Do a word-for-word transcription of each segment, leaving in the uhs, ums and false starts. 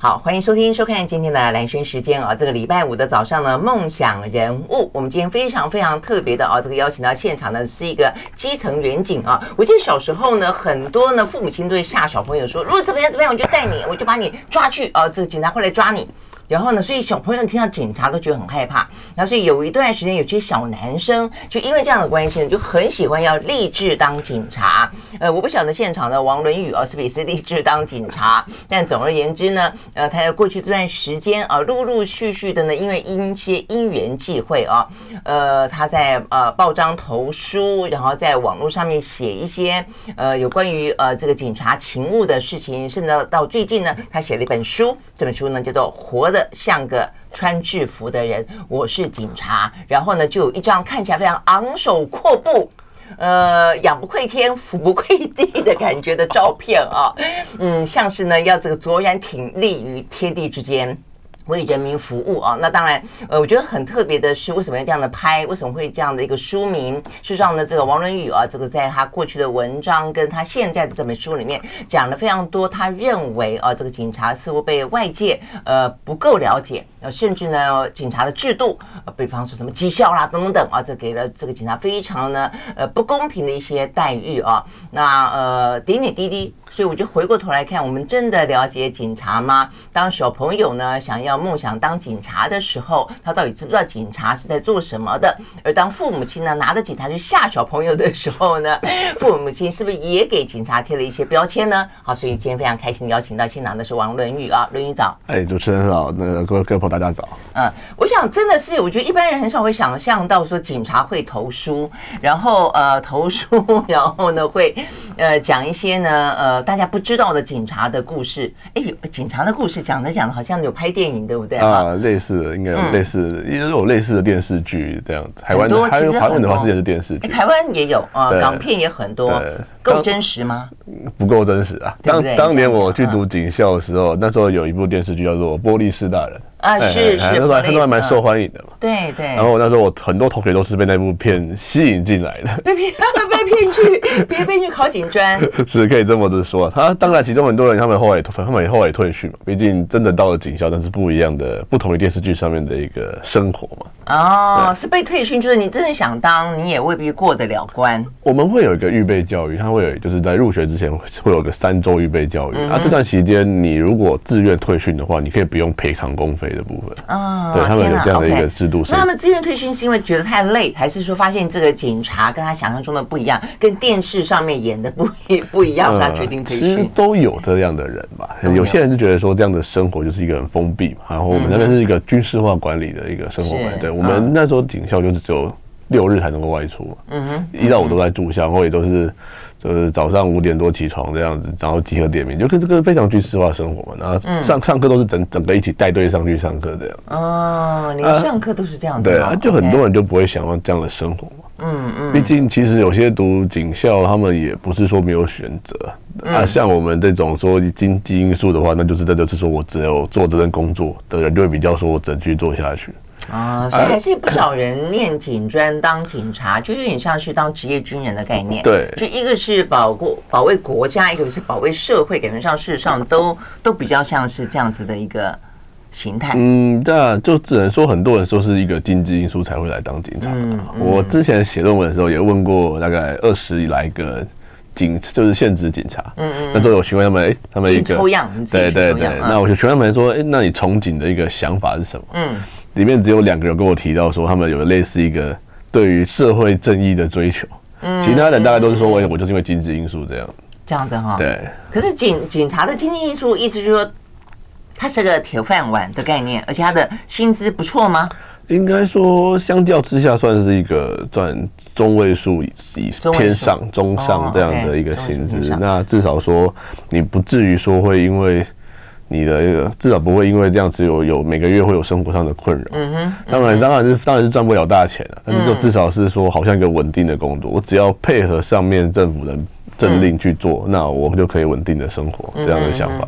好，欢迎收听收看今天的蓝轩时间啊，这个礼拜五的早上呢，梦想人物，我们今天非常非常特别的啊，这个邀请到现场的是一个基层员警啊。我记得小时候呢，很多呢父母亲都会吓小朋友说，如果怎么样怎么样，我就带你，我就把你抓去啊，这个警察会来抓你。然后呢，所以小朋友听到警察都觉得很害怕，然后所以有一段时间，有些小男生就因为这样的关系呢，就很喜欢要立志当警察。呃，我不晓得现场的王伦宇啊，是不是也是立志当警察？但总而言之呢，呃，他在过去这段时间啊，陆陆续续的呢，因为因一些因缘际会啊，呃，他在呃报章投书，然后在网络上面写一些呃有关于呃这个警察勤务的事情，甚至到最近呢，他写了一本书，这本书呢叫做《活得像个穿制服的人，我是警察》，然后呢就有一张看起来非常昂首阔步，呃，仰不愧天，俯不愧地的感觉的照片啊，嗯，像是呢要这个卓然挺立于天地之间，为人民服务啊。那当然呃我觉得很特别的是，为什么要这样的拍，为什么会这样的一个书名。事实上呢，这个王伦宇啊，这个在他过去的文章跟他现在的这本书里面讲了非常多，他认为啊，这个警察似乎被外界呃不够了解，呃甚至呢警察的制度，呃比方说什么绩效啦等等啊，这给了这个警察非常呢呃不公平的一些待遇啊。那呃点点滴滴，所以我就回过头来看，我们真的了解警察吗？当小朋友呢想要梦想当警察的时候，他到底知不知道警察是在做什么的？而当父母亲呢拿着警察去吓小朋友的时候呢，父母亲是不是也给警察贴了一些标签呢？好，所以今天非常开心邀请到现场的是王伦宇啊，伦宇早。 哎，主持人好，那个各位各位朋友大家早。 嗯，我想真的是，我觉得一般人很少会想象到说警察会投书，然后呃投书，然后呢会呃讲一些呢呃大家不知道的警察的故事。哎，警察的故事讲着讲着好像有拍电影，对不对啊？类似的，应该有类似的，因为有类似的电视剧这样子。台湾的，还有台湾的话之前是电视剧， 台湾也有啊，港片也很多，够真实吗？ 不够真实啊！当当年我去读警校的时候，那时候有一部电视剧叫做《波利斯大人》。 啊，是是， 那时候那时候还蛮受欢迎的嘛。 对对。 然后那时候我很多同学都是被那部片吸引进来的， 被骗被骗去，别被去考警专， 是可以这么子说。他当然其中很多人他们后来他们后来退训嘛，毕竟真的到了警校，那是不一样的，不同于电视剧上面的一个生活嘛。 哦，是被退训，就是你真的想当，你也未必过得了关。 我们会有一个预备教育，它会有就是在入学之前会有个三周预备教育。嗯、啊，这段期间你如果自愿退训的话，你可以不用赔偿公费的部分。 哦， 对，他们有这样的一个制度。 那他们自愿退训是因为觉得太累，还是说发现这个警察跟他想象中的不一样，跟电视上面演的不不一样，所以他决定退训？ 其实都有这样的人吧。有些人就觉得说这样的生活就是一个很封闭嘛，然后我们那边是一个军事化管理的一个生活管理。对，我们那时候警校就是只有六日才能够外出嘛，嗯哼，一到五都在住校，然后也都是就是早上五点多起床这样子，然后集合点名，就跟这个非常军事化生活嘛。然后上、嗯、上课都是整整个一起带队上去上课这样。 哦，连上课都是这样子、啊。 对啊，就很多人就不会想要这样的生活嘛。嗯嗯。毕竟其实有些读警校，他们也不是说没有选择、嗯、啊。像我们这种说经济因素的话，那就是真的是说我只有做这份工作的人，就会比较说我只能继续做下去。 啊，所以还是不少人念警专当警察，就有点像是当职业军人的概念。 对， 就一个是保国保卫国家，一个是保卫社会，感觉上事实上都都比较像是这样子的一个形态。 嗯，那就只能说很多人说是一个经济因素才会来当警察。嗯嗯、我之前写论文的时候也问过大概二十来个警，就是现职警察。嗯嗯。那时候有询问他们，哎、欸，他们一个抽样， 对对对。嗯、那我就询问他们说，哎、欸，那你从警的一个想法是什么？嗯。里面只有两个人跟我提到说，他们有类似一个对于社会正义的追求，嗯、其他人大概都是说，我我就是因为经济因素这样。 这样子哈。 对。 可是警警察的经济因素，意思就是说，他是个铁饭碗的概念，而且他的薪资不错吗？ 应该说，相较之下算是一个赚中位数以偏上、中上这样的一个薪资。哦 okay、那至少说，你不至于说会因为。你的一个至少不会因为这样子有有每个月会有生活上的困扰。嗯哼，当然当然是当然是赚不了大钱了，但是就至少是说好像一个稳定的工作，我只要配合上面政府的政令去做，嗯、那我就可以稳定的生活，这样的想法。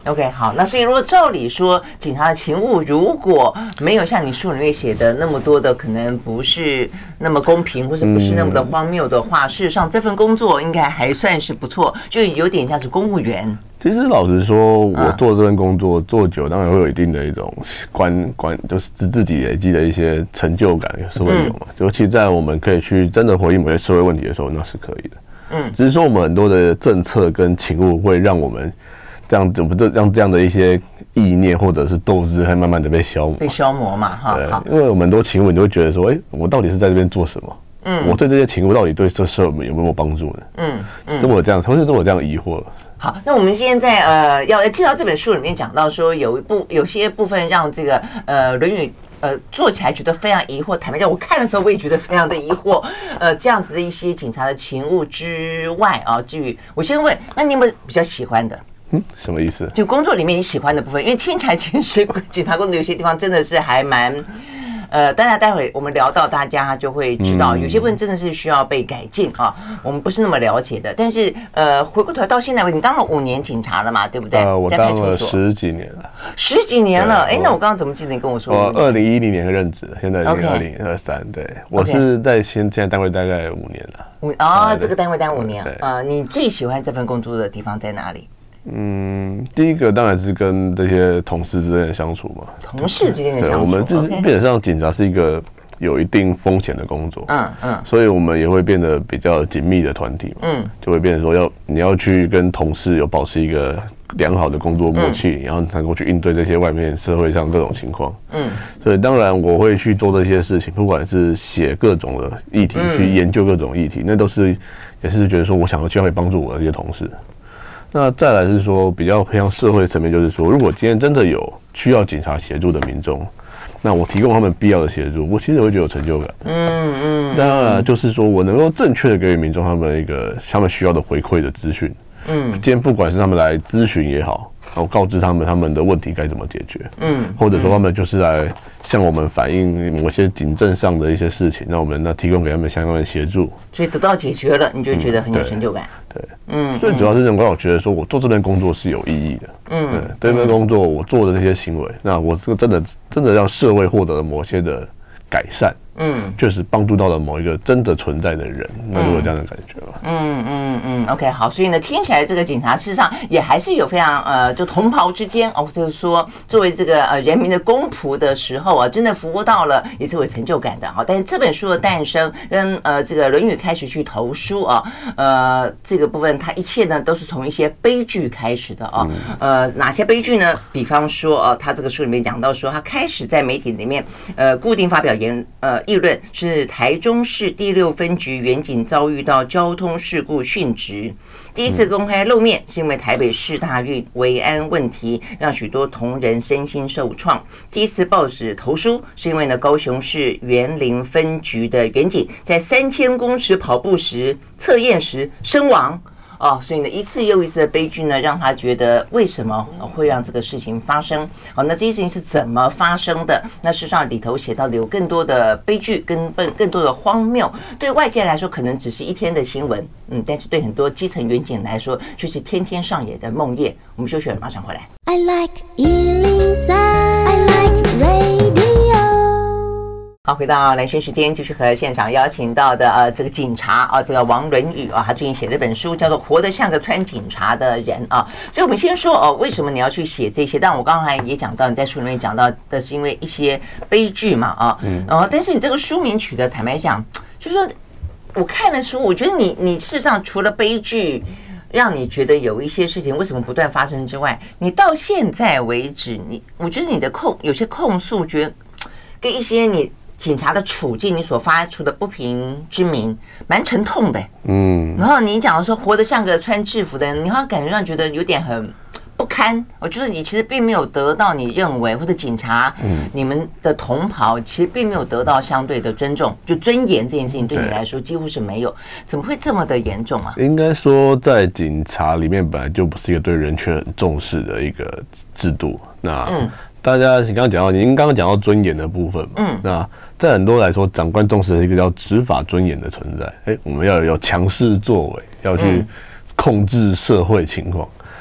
OK， 好，那所以如果照理说，警察的勤务如果没有像你书里面写的那么多的，可能不是那么公平，或是不是那么的荒谬的话，嗯、事实上这份工作应该还算是不错，就有点像是公务员。 其实老实说，我做这份工作、嗯、做久，当然会有一定的一种观观，就是自己累积的一些成就感，是会有嘛。嗯、尤其在我们可以去真的回应某些社会问题的时候，那是可以的。嗯，只是说我们很多的政策跟勤务会让我们。这样子不就让这样的一些意念或者是斗志，会慢慢的被消磨， 被消磨嘛，哈。 对，因为我们很多勤务，你就会觉得说，哎、欸，我到底是在这边做什么？嗯，我对这些勤务到底对这社会有没有帮助呢？嗯嗯，这么这样，同时都有这样疑惑。 好，那我们今天在呃要介绍这本书里面讲到说，有一部有些部分让这个呃《论语》。呃，做起来觉得非常疑惑。坦白讲，我看的时候我也觉得非常的疑惑。呃，这样子的一些警察的勤务之外啊，至于我先问，那你有没有比较喜欢的？ 嗯，什么意思？ 就工作里面你喜欢的部分，因为听起来其实警察工作有些地方真的是还蛮。呃，当然，待会我们聊到，大家就会知道，有些部分真的是需要被改进啊。我们不是那么了解的，但是呃，回过头来到现在为止，你当了五年警察了嘛，对不对？ 呃，我当了十几年了。 十几年了，哎，那我刚刚怎么记得你跟我说？ 我二零一零年任职，现在已经二零二三，对，我是在现现在单位大概五年了。 五哦，这个单位待五年。呃，你最喜欢这份工作的地方在哪里？ 嗯，第一个当然是跟这些同事之间的相处嘛。 同事之间的相处， 我们这变得上警察是一个有一定风险的工作，嗯嗯，所以我们也会变得比较紧密的团体嘛，嗯，就会变成说要你要去跟同事有保持一个良好的工作默契，嗯、然后能够去应对这些外面社会上各种情况，嗯，所以当然我会去做这些事情，不管是写各种的议题，嗯、去研究各种议题，那都是也是觉得说我想要希望可以帮助我的这些同事。那再来是说比较偏向社会层面，就是说，如果今天真的有需要警察协助的民众，那我提供他们必要的协助，我其实会觉得有成就感。嗯嗯。当然就是说我能够正确的给予民众他们一个他们需要的回馈的资讯。嗯。今天不管是他们来咨询也好，然后告知他们他们的问题该怎么解决。嗯。或者说他们就是来向我们反映某些警政上的一些事情，那我们那提供给他们相关的协助。 所以得到解决了，你就觉得很有成就感。嗯对，嗯，最主要是让我觉得说，我做这份工作是有意义的，嗯，对，这份工作我做的这些行为，那我这个真的真的让社会获得了某些的改善，嗯，确实帮助到了某一个真的存在的人，那就有这样的感觉了，嗯嗯嗯 ，OK， 好，所以呢，听起来这个警察事实上也还是有非常呃，就同袍之间哦，就是说作为这个呃人民的公仆的时候啊，真的服务到了也是有成就感的哈。但是这本书的诞生跟呃这个《论语》开始去投书啊，呃这个部分它一切呢都是从一些悲剧开始的啊，呃哪些悲剧呢？比方说啊，他这个书里面讲到说，他开始在媒体里面呃固定发表言呃。议论是台中市第六分局员警遭遇到交通事故殉职，第一次公开露面是因为台北市大运维安问题让许多同仁身心受创，第一次报纸投书是因为呢高雄市员林分局的员警在三千公尺跑步时测验时身亡。哦，所以呢，一次又一次的悲剧呢，让他觉得为什么会让这个事情发生？好，那这些事情是怎么发生的？那事实上里头写到的有更多的悲剧，跟更更多的荒谬。对外界来说，可能只是一天的新闻，嗯，但是对很多基层员警来说，却是天天上演的梦魇。我们休息了，马上回来。I like 一零三 I like radio。好，回到蓝轩时间，继续和现场邀请到的呃这个警察啊，这个王伦宇啊，他最近写了一本书，叫做《活得像个穿警察的人》啊。所以我们先说哦，为什么你要去写这些？但我刚才也讲到，你在书里面讲到的是因为一些悲剧嘛啊，嗯，然后但是你这个书名取的，坦白讲，就是说我看了书，我觉得你你事实上除了悲剧让你觉得有一些事情为什么不断发生之外，你到现在为止，你我觉得你的控有些控诉，觉得跟一些你。警察的处境，你所发出的不平之鸣，蛮沉痛的。嗯，然后你讲的说活得像个穿制服的人，你好像感觉上觉得有点很不堪。我觉得你其实并没有得到你认为或者警察，嗯，你们的同袍其实并没有得到相对的尊重，就尊严这件事情对你来说几乎是没有。怎么会这么的严重啊？ 应该说，在警察里面本来就不是一个对人权很重视的一个制度。那嗯。大家，你刚刚讲到，您刚刚讲到尊严的部分嘛，嗯，那在很多来说，长官重视的一个叫执法尊严的存在。哎、欸，我们要有强势作为，要去控制社会情况。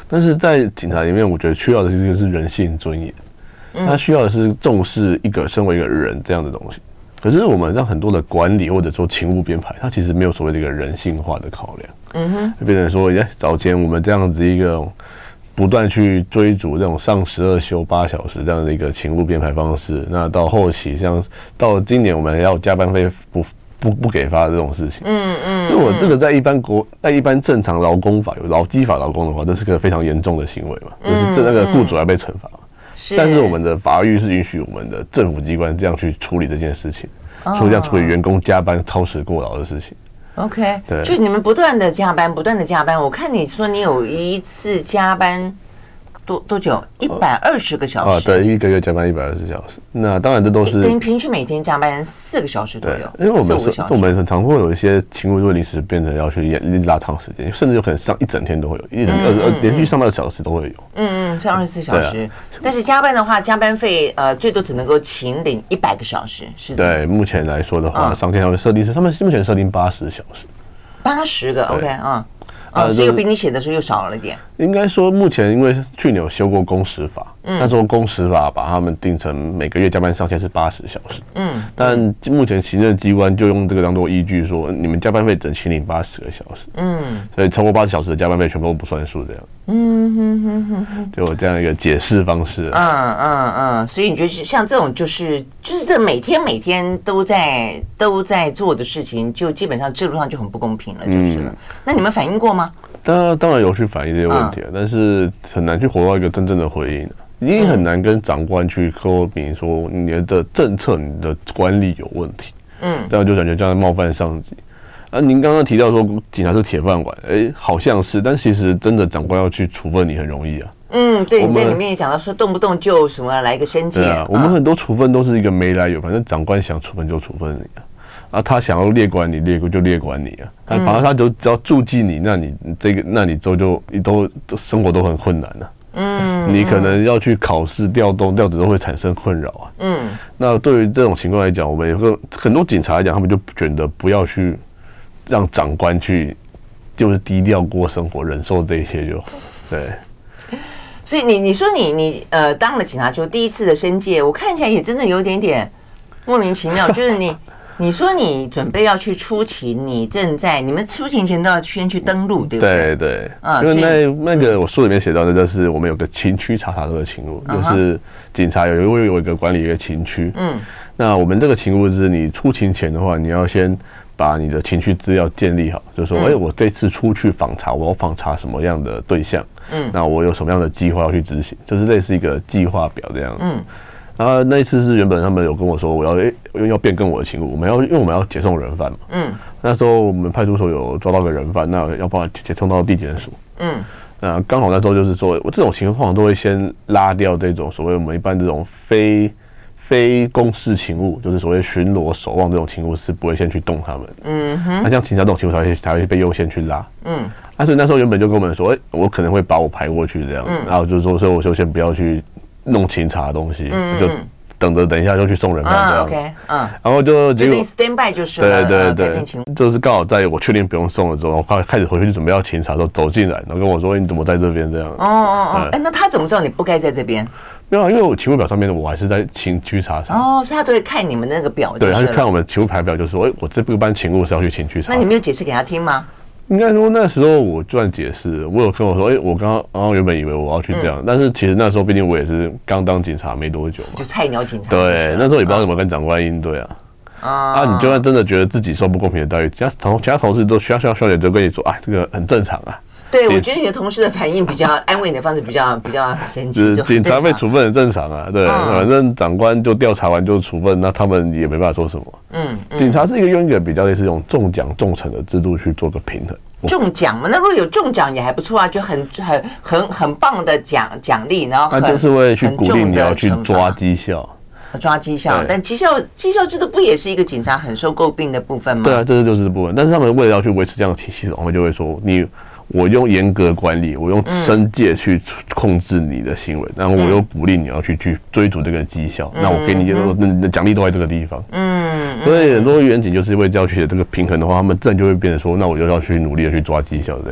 但是在警察里面，我觉得需要的其实是人性尊严，他需要的是重视一个身为一个人这样的东西。可是我们让很多的管理或者说勤务编排，它其实没有所谓的一个人性化的考量，嗯哼，就变成说，哎，早前我们这样子一个不断去追逐这种上十二休八小时这样的一个勤务编排方式，那到后期像到今年我们要加班费不。不不给发的这种事情，嗯嗯，如果这个在一般国在一般正常劳工法有劳基法劳工的话，这是个非常严重的行为嘛，就是这那个雇主要被惩罚。是，但是我们的法律是允许我们的政府机关这样去处理这件事情，所以这样处理员工加班超时过劳的事情。 OK， 对，就你们不断的加班，不断的加班。我看你说你有一次加班。多多久？一百二十个小时。啊， 对，一个月加班一百二十小时。那当然，这都是等于平均每天加班四个小时左右。 因为我们是，我们很常会有一些勤务会临时变成要去拉长时间，甚至有可能上一整天都会有，一整二二连续上班的小时都会有。 嗯嗯，上二十四小时。啊、但是加班的话，加班费呃最多只能够请领一百个小时，是的。 对，目前来说的话，上天他们设定是他们目前设定八十小时。 八十个 ，OK 啊。哦，所以比你写的时候又少了一点。 应该说，目前因为去年有修过工时法，嗯、那时候工时法把他们定成每个月加班上限是八十小时。嗯，但目前行政机关就用这个当做依据，说你们加班费只请领八十个小时。嗯，所以超过八十小时的加班费全部都不算数，这样。嗯哼哼哼哼，就有这样一个解释方式。 嗯嗯嗯，所以你觉得像这种就是就是这每天每天都在都在做的事情，就基本上制度上就很不公平了，就是了。嗯、那你们反映过吗？ 当然，当然有去反映这些问题，嗯、但是很难去活到一个真正的回应。你很难跟长官去说明说你的政策、你的管理有问题。嗯，这样就感觉这样冒犯上级。啊，您刚刚提到说警察是铁饭碗，哎、欸，好像是，但其实真的长官要去处分你很容易啊。 嗯，对，你在里面也讲到说，动不动就什么来一个申诫。 对啊，我们很多处分都是一个没来由，反正长官想处分就处分你啊。啊，他想要列管你，列就列管你啊。他反正他就只要注记你，那你这个，那你之后就都生活都很困难了、啊。嗯，你可能要去考试、调动、调职都会产生困扰啊。嗯，那对于这种情况来讲，我们有个很多警察来讲，他们就觉得不要去让长官去，就是低调过生活，忍受这一切就对。 所以你你说你你呃当了警察就第一次的申诫，我看起来也真的有点点莫名其妙，就是你。你说你准备要去出勤，你正在你们出勤前都要先去登录，对不对？ 对对，啊，因为那那个我书里面写到的，就是我们有个勤区查查这个勤务，就是警察有有有一个管理一个勤区，嗯，那我们这个勤务是你出勤前的话，你要先把你的勤区资料建立好，就是说，哎、嗯欸，我这次出去访查，我要访查什么样的对象，嗯，那我有什么样的计划要去执行，就是类似一个计划表这样，嗯。然后那一次是原本他们有跟我说，我要诶、欸、要变更我的勤务，我们要因为我们要解送人犯嘛。嗯。那时候我们派出所有抓到个人犯，那要把他解送到地检署。嗯。那刚好那时候就是说，我这种情况都会先拉掉这种所谓我们一般这种非非公事勤务，就是所谓巡逻、守望这种勤务是不会先去动他们。嗯哼。那像警察这种勤务才会才会被优先去拉。嗯。啊，所以那时候原本就跟我们说，哎、欸，我可能会把我排过去这样，嗯、然后就是说，所以我就先不要去。弄勤查的东西，嗯、就等着等一下就去送人犯这样。 啊 OK， 嗯， 然后就结果 stand by 就是了。 对对对，就是刚好在我确定不用送了之后，我开开始回去准备要勤查的时候走进来，然后跟我说：“欸、你怎么在这边这样？”哦哦哦，哎、欸，那他怎么知道你不该在这边？ 没有啊，因为我勤务表上面我还是在勤区查查。 哦，所以他都会看你们那个表就。 对，他就看我们勤务排表，就说：“哎、欸，我这部班勤务是要去勤区查。” 那你没有解释给他听吗？ 应该说那时候我就算解释，我有跟我说，哎、欸，我刚刚刚原本以为我要去这样，嗯、但是其实那时候毕竟我也是刚当警察没多久嘛， 就菜鸟警察。 对，那时候也不知道怎么跟长官应对啊。啊，啊你就算真的觉得自己受不公平的待遇，其他同其他同事都学校学校校长就跟你说，啊，这个很正常啊。 对，我觉得你的同事的反应比较安慰你的方式比较比较神奇。 警察被处分很正常啊，对，嗯、反正长官就调查完就处分，那他们也没办法说什么。嗯，嗯警察是一个用一个比较类似用重奖重惩的制度去做个平衡。 中奖嘛，那如果有中奖也还不错啊，就很很很很棒的奖奖励，然后那就是为了去鼓励你要去抓绩效。 抓绩效，但绩效绩效制度不也是一个警察很受诟病的部分吗？ 对啊，这就是部分。但是他们为了要去维持这样的体系，他们就会说你。我用严格管理，我用申诫去控制你的行为，然后我又鼓励你要去去追逐这个绩效，那我给你的奖励都在这个地方。嗯，所以很多远警就是因为要去写这个平衡的话，他们自然就会变成说，那我就要去努力的去抓绩效这样。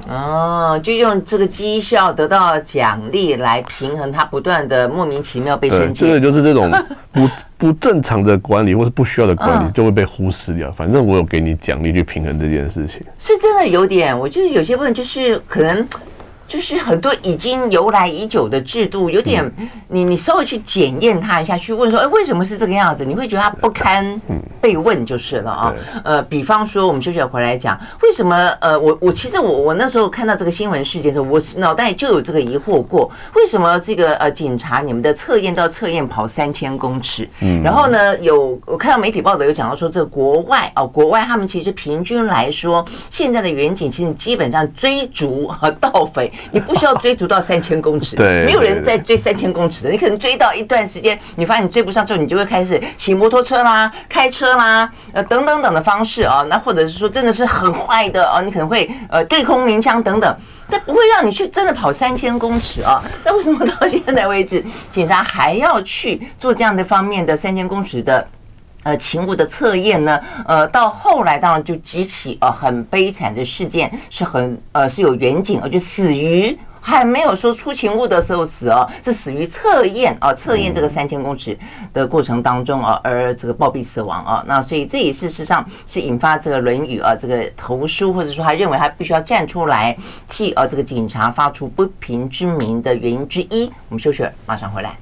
哦，就用这个绩效得到奖励来平衡他不断的莫名其妙被升阶。 这个就是这种不不正常的管理或是不需要的管理就会被忽视掉。反正我有给你奖励去平衡这件事情， 是真的有点，我觉得有些部分就是可能。就是很多已经由来已久的制度，有点你你稍微去检验它一下，去问说，哎，为什么是这个样子？你会觉得它不堪被问就是了啊。呃，比方说我们休息回来讲，为什么？呃，我我其实我我那时候看到这个新闻事件的时候，我脑袋就有这个疑惑过，为什么这个呃警察你们的测验到测验跑三千公尺？嗯，然后呢，有我看到媒体报道有讲到说，这个国外哦，国外他们其实平均来说，现在的远警其实基本上追逐和盗匪。你不需要追逐到三千公尺， 对， 没有人在追三千公尺的。你可能追到一段时间，你发现你追不上之后，你就会开始骑摩托车啦、开车啦，呃，等等等的方式啊。那或者是说，真的是很坏的啊，你可能会呃对空鸣枪等等，但不会让你去真的跑三千公尺啊。那为什么到现在为止，警察还要去做这样的方面的三千公尺的？呃，勤务的测验呢，呃，到后来当然就激起呃很悲惨的事件，是很呃是有远警，而且死于还没有说出勤务的时候死哦，是死于测验啊，测验这个三千公尺的过程当中啊，而这个暴毙死亡啊。那所以这也事实上是引发这个《论语》啊这个投书，或者说他认为他必须要站出来替啊这个警察发出不平之鸣的原因之一。我们休息了，马上回来。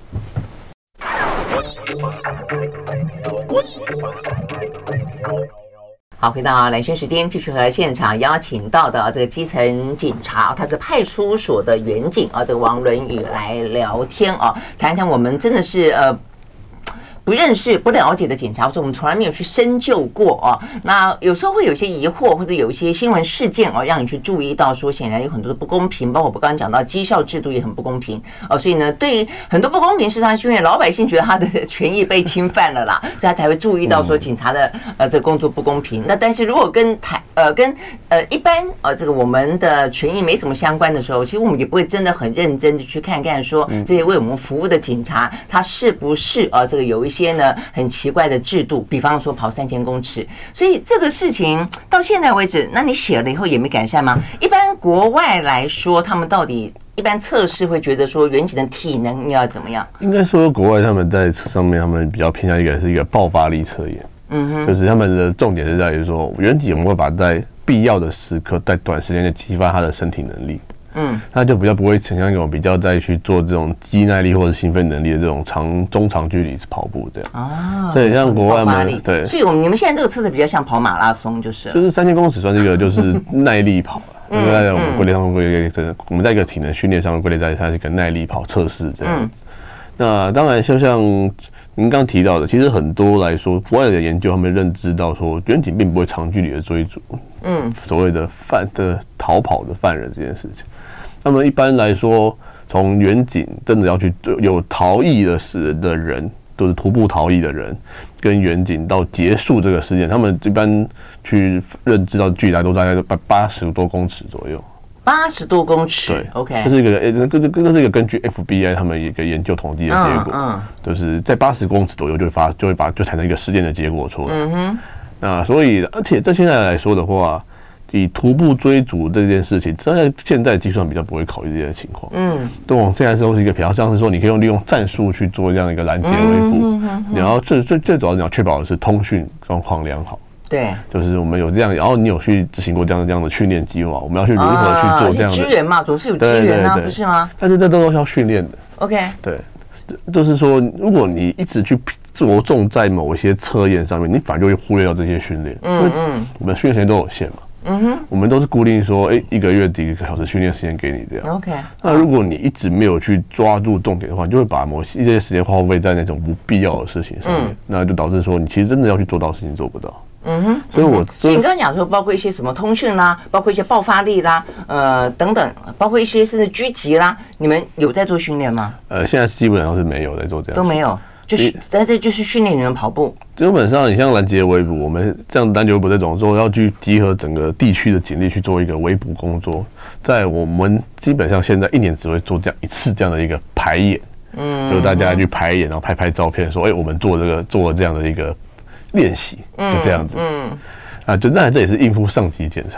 好，回到蓝轩时间，继续和现场邀请到的这个基层警察，他是派出所的员警啊，这个王伦宇来聊天啊，谈谈我们真的是呃。不认识、不了解的警察，或者我们从来没有去深究过哦。那有时候会有一些疑惑，或者有一些新闻事件哦，让你去注意到说，显然有很多的不公平，包括我刚刚讲到绩效制度也很不公平哦。所以呢，对于很多不公平，事实上是因为老百姓觉得他的权益被侵犯了啦，所以他才会注意到说警察的呃这个工作不公平。那但是如果跟台呃跟呃一般呃这个我们的权益没什么相关的时候，其实我们也不会真的很认真的去看看说这些为我们服务的警察，他是不是呃这个有一些。些呢很奇怪的制度，比方说跑三千公尺，所以这个事情到现在为止，那你写了以后也没改善吗？一般国外来说，他们到底一般测试会觉得说远景的体能要怎么样？ 应该说国外他们在上面，他们比较偏向一个是一个爆发力测验，嗯哼，就是他们的重点是在于说远景有没有把在必要的时刻，在短时间内激发他的身体能力。嗯，他就比较不会倾向一种比较再去做这种肌耐力或者兴奋能力的这种长中长距离跑步这样啊。对，像国外嘛，对， 所以我们你们现在这个测的比较像跑马拉松，就是就是三千公尺算是一个就是耐力跑了。因为在我们归类上面归类，我们在一个体能训练上面归类在它是一个耐力跑测试这样。嗯、那当然，就像您刚提到的，其实很多来说，国外的研究他们认知到说，远景并不会长距离的追逐，嗯，所谓的犯的逃跑的犯人这件事情。那么一般来说，从远景真的要去有逃逸的时的人，都是徒步逃逸的人，跟远景到结束这个事件，他们一般去认知到距离都大概八十多公尺左右。 八十多公尺， 对 ，OK， 这是一个，这这这是一个根据 F B I 他们一个研究统计的结果，嗯嗯、就是在八十公尺左右就会发就会把就产生一个事件的结果出来。嗯哼，那所以而且在现在来说的话。以徒步追逐这件事情，在现在计算比较不会考虑这些情况。嗯，都往现在说是一个比较像是说，你可以用利用战术去做这样一个拦截围捕。嗯嗯嗯、你要最最最主要你要确保的是通讯状况良好。 对， 就是我们有这样，然后你有去执行过这样这样的训练计划，我们要去如何去做这样的支援嘛，总是有支援啊，不是吗？ 但是这都是要训练的。 OK， 对，就是说，如果你一直去着重在某一些测验上面，你反而就会忽略掉这些训练。嗯嗯，我们训练时间都有限嘛。嗯哼，我们都是固定说，哎、欸，一个月几个小时训练时间给你这样。 OK， 那如果你一直没有去抓住重点的话，你就会把某些一些时间花费在那种不必要的事情上面，嗯、那就导致说你其实真的要去做到的事情做不到。嗯哼，所以我所以你刚刚讲说，包括一些什么通讯啦，包括一些爆发力啦，呃等等，包括一些甚至狙击啦，你们有在做训练吗？ 呃，现在基本上是没有在做这样， 都没有。就是，但这就是训练你们跑步。 基本上，你像拦截围捕，我们像拦截围捕这种，说要去集合整个地区的警力去做一个围捕工作，在我们基本上现在一年只会做这样一次这样的一个排演，嗯，就是大家去排演，然后拍拍照片，说，哎、欸，我们做这个做了这样的一个练习，就这样子，嗯，啊，就当然这也是应付上级检查。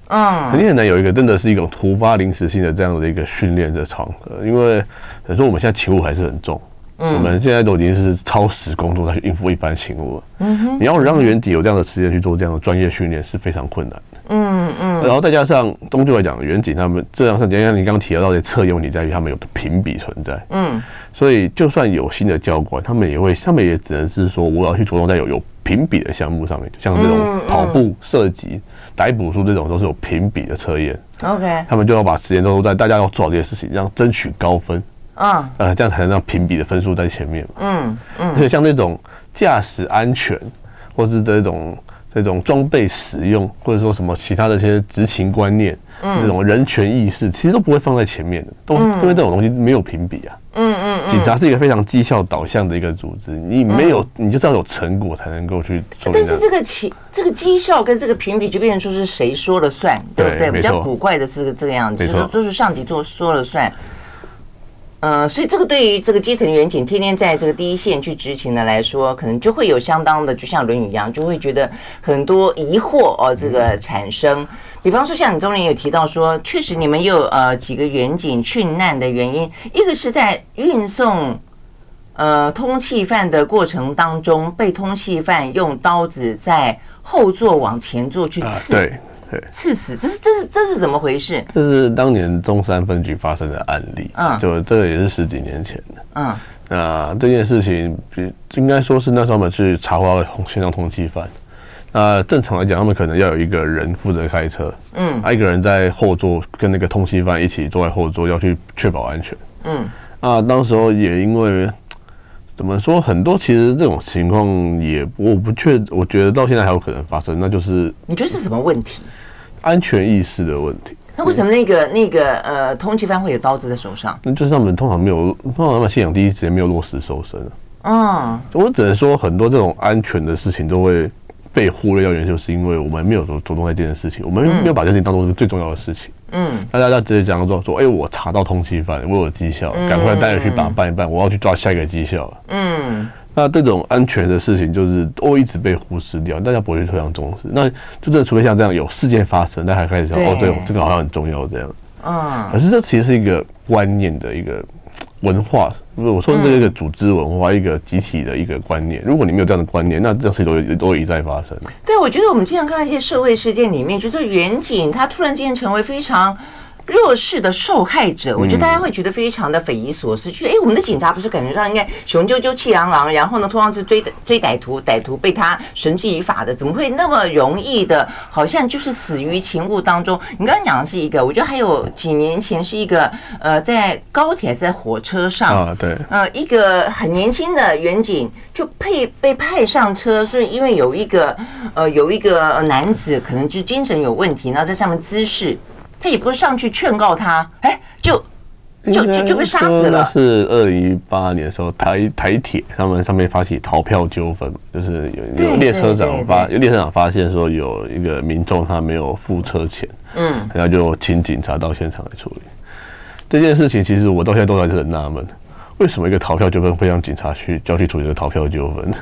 嗯，你很难有一个真的是一种突发临时性的这样的一个训练的场合，因为等于说我们现在勤务还是很重。嗯、我们现在都已经是超时工作再去应付一般勤务了。嗯哼，你要让员警有这样的时间去做这样的专业训练是非常困难的。嗯嗯，然后再加上终究来讲，员警他们这样像像你刚刚提到的测验问题在于他们有的评比存在。嗯，所以就算有新的教官，他们也会，他们也只能是说我要去着重在有有评比的项目上面，像这种跑步、射击、逮捕术这种都是有评比的测验。OK， 他们就要把时间都在大家要做好这些事情，让争取高分。嗯，呃，这样才能让评比的分数在前面嘛。嗯嗯，所以像那种驾驶安全，或是这种这种装备使用，或者说什么其他的一些执勤观念，嗯，这种人权意识，其实都不会放在前面的，都因为这种东西没有评比啊。嗯嗯，警察是一个非常绩效导向的一个组织，你没有，你就是要有成果才能够去做。 但是这个绩这个绩效跟这个评比就变成说是谁说了算，对不对？比较古怪的是这个样子，就是都是上级做说了算。呃，所以这个对于这个基层员警天天在这个第一线去执勤的来说，可能就会有相当的，就像《论语》一样，就会觉得很多疑惑哦，这个产生。比方说，像你中间有提到说，确实你们有呃几个员警殉难的原因，一个是在运送呃通缉犯的过程当中，被通缉犯用刀子在后座往前座去刺。 啊，对。对， 刺死，这是这是这是怎么回事？ 这是当年中山分局发生的案例，嗯，就这个也是十几年前的，嗯，那这件事情应该说是那时候他们去查获了线上通缉犯，那正常来讲，他们可能要有一个人负责开车，嗯，啊，一个人在后座跟那个通缉犯一起坐在后座，要去确保安全，嗯，啊，当时候也因为怎么说，很多其实这种情况也我不确，我觉得到现在还有可能发生，那就是你觉得是什么问题？ 安全意识的问题。 那为什么那个那个呃通缉犯会有刀子在手上？ 那就是他们通常没有，通常他们信仰第一时间没有落实搜身。嗯，我只能说很多这种安全的事情都会被忽略掉，原因就是因为我们没有着重在这件事情，我们没有把这件事情当作是最重要的事情。嗯，大家要直接讲说说，哎、欸，我查到通缉犯，我有绩效，赶快带着去把它办一办，我要去抓下一个绩效。嗯。那这种安全的事情就是都一直被忽视掉，大家不会非常重视。那就真的除非像这样有事件发生，大家开始想哦，这这个好像很重要这样。嗯，可是这其实是一个观念的一个文化，我说这是一个组织文化，一个集体的一个观念。如果你没有这样的观念，那这样事情都都会一再发生。 对，我觉得我们经常看到一些社会事件里面，就是远景他突然之间成为非常弱势的受害者，我觉得大家会觉得非常的匪夷所思，觉得哎，我们的警察不是感觉上应该雄赳赳气昂昂，然后呢，通常是追追歹徒，歹徒被他绳之以法的，怎么会那么容易的，好像就是死于勤务当中？你刚刚讲的是一个，我觉得还有几年前是一个呃，在高铁还是在火车上啊，对， 呃，一个很年轻的员警就配被派上车，所以因为有一个呃有一个男子可能就精神有问题，然后在上面滋事。他也不是上去劝告他，哎，就就就就被杀死了。 是二零一八年的时候，台台铁他们上面发起逃票纠纷，就是有有列车长发，有列车长发现说有一个民众他没有付车钱，嗯，然后就请警察到现场来处理这件事情。其实我到现在都还是很纳闷，为什么一个逃票纠纷会让警察去就要去处理这个逃票纠纷？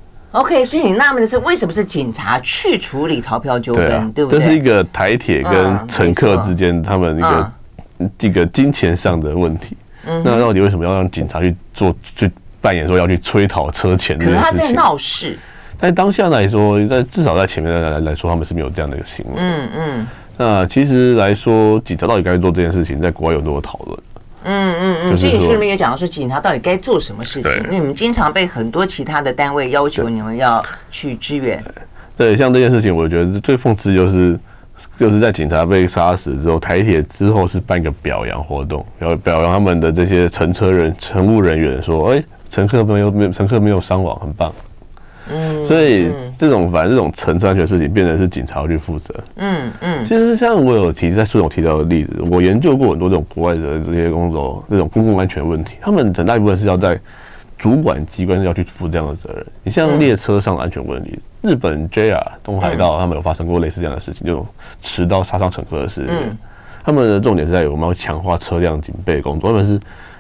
OK， 所以你纳闷的是，为什么是警察去处理逃票纠纷， 对,、啊、对不对？ 这是一个台铁跟乘客之间他们一个、嗯、一个金钱上的问题。嗯、那到底为什么要让警察去做去扮演说要去催讨车钱这件事情？ 可是他在闹事。 但当下来说，在至少在前面来来说，他们是没有这样的一个行为。嗯嗯。那其实来说，警察到底该做这件事情，在国外有多讨论？嗯嗯嗯，所以你书里面也讲到说，警察到底该做什么事情？因为你们经常被很多其他的单位要求你们要去支援。 对，像这件事情，我觉得最讽刺就是，就是在警察被杀死之后，台铁之后是办一个表扬活动，然后表扬他们的这些乘车人、乘务人员，说，哎、欸，乘客没有没有乘客没有伤亡，很棒。嗯，所以这种反正这种乘车安全的事情，变成是警察要去负责。嗯嗯，其实像我有提在书中提到的例子，我研究过很多这种国外的这些工作，这种公共安全问题，他们很大一部分是要在主管机关要去负这样的责任。你像列车上的安全问题，日本 J R 东海道他们有发生过类似这样的事情，这种迟到杀伤乘客的事件。他们的重点是在于我们要强化车辆警备工作，他们是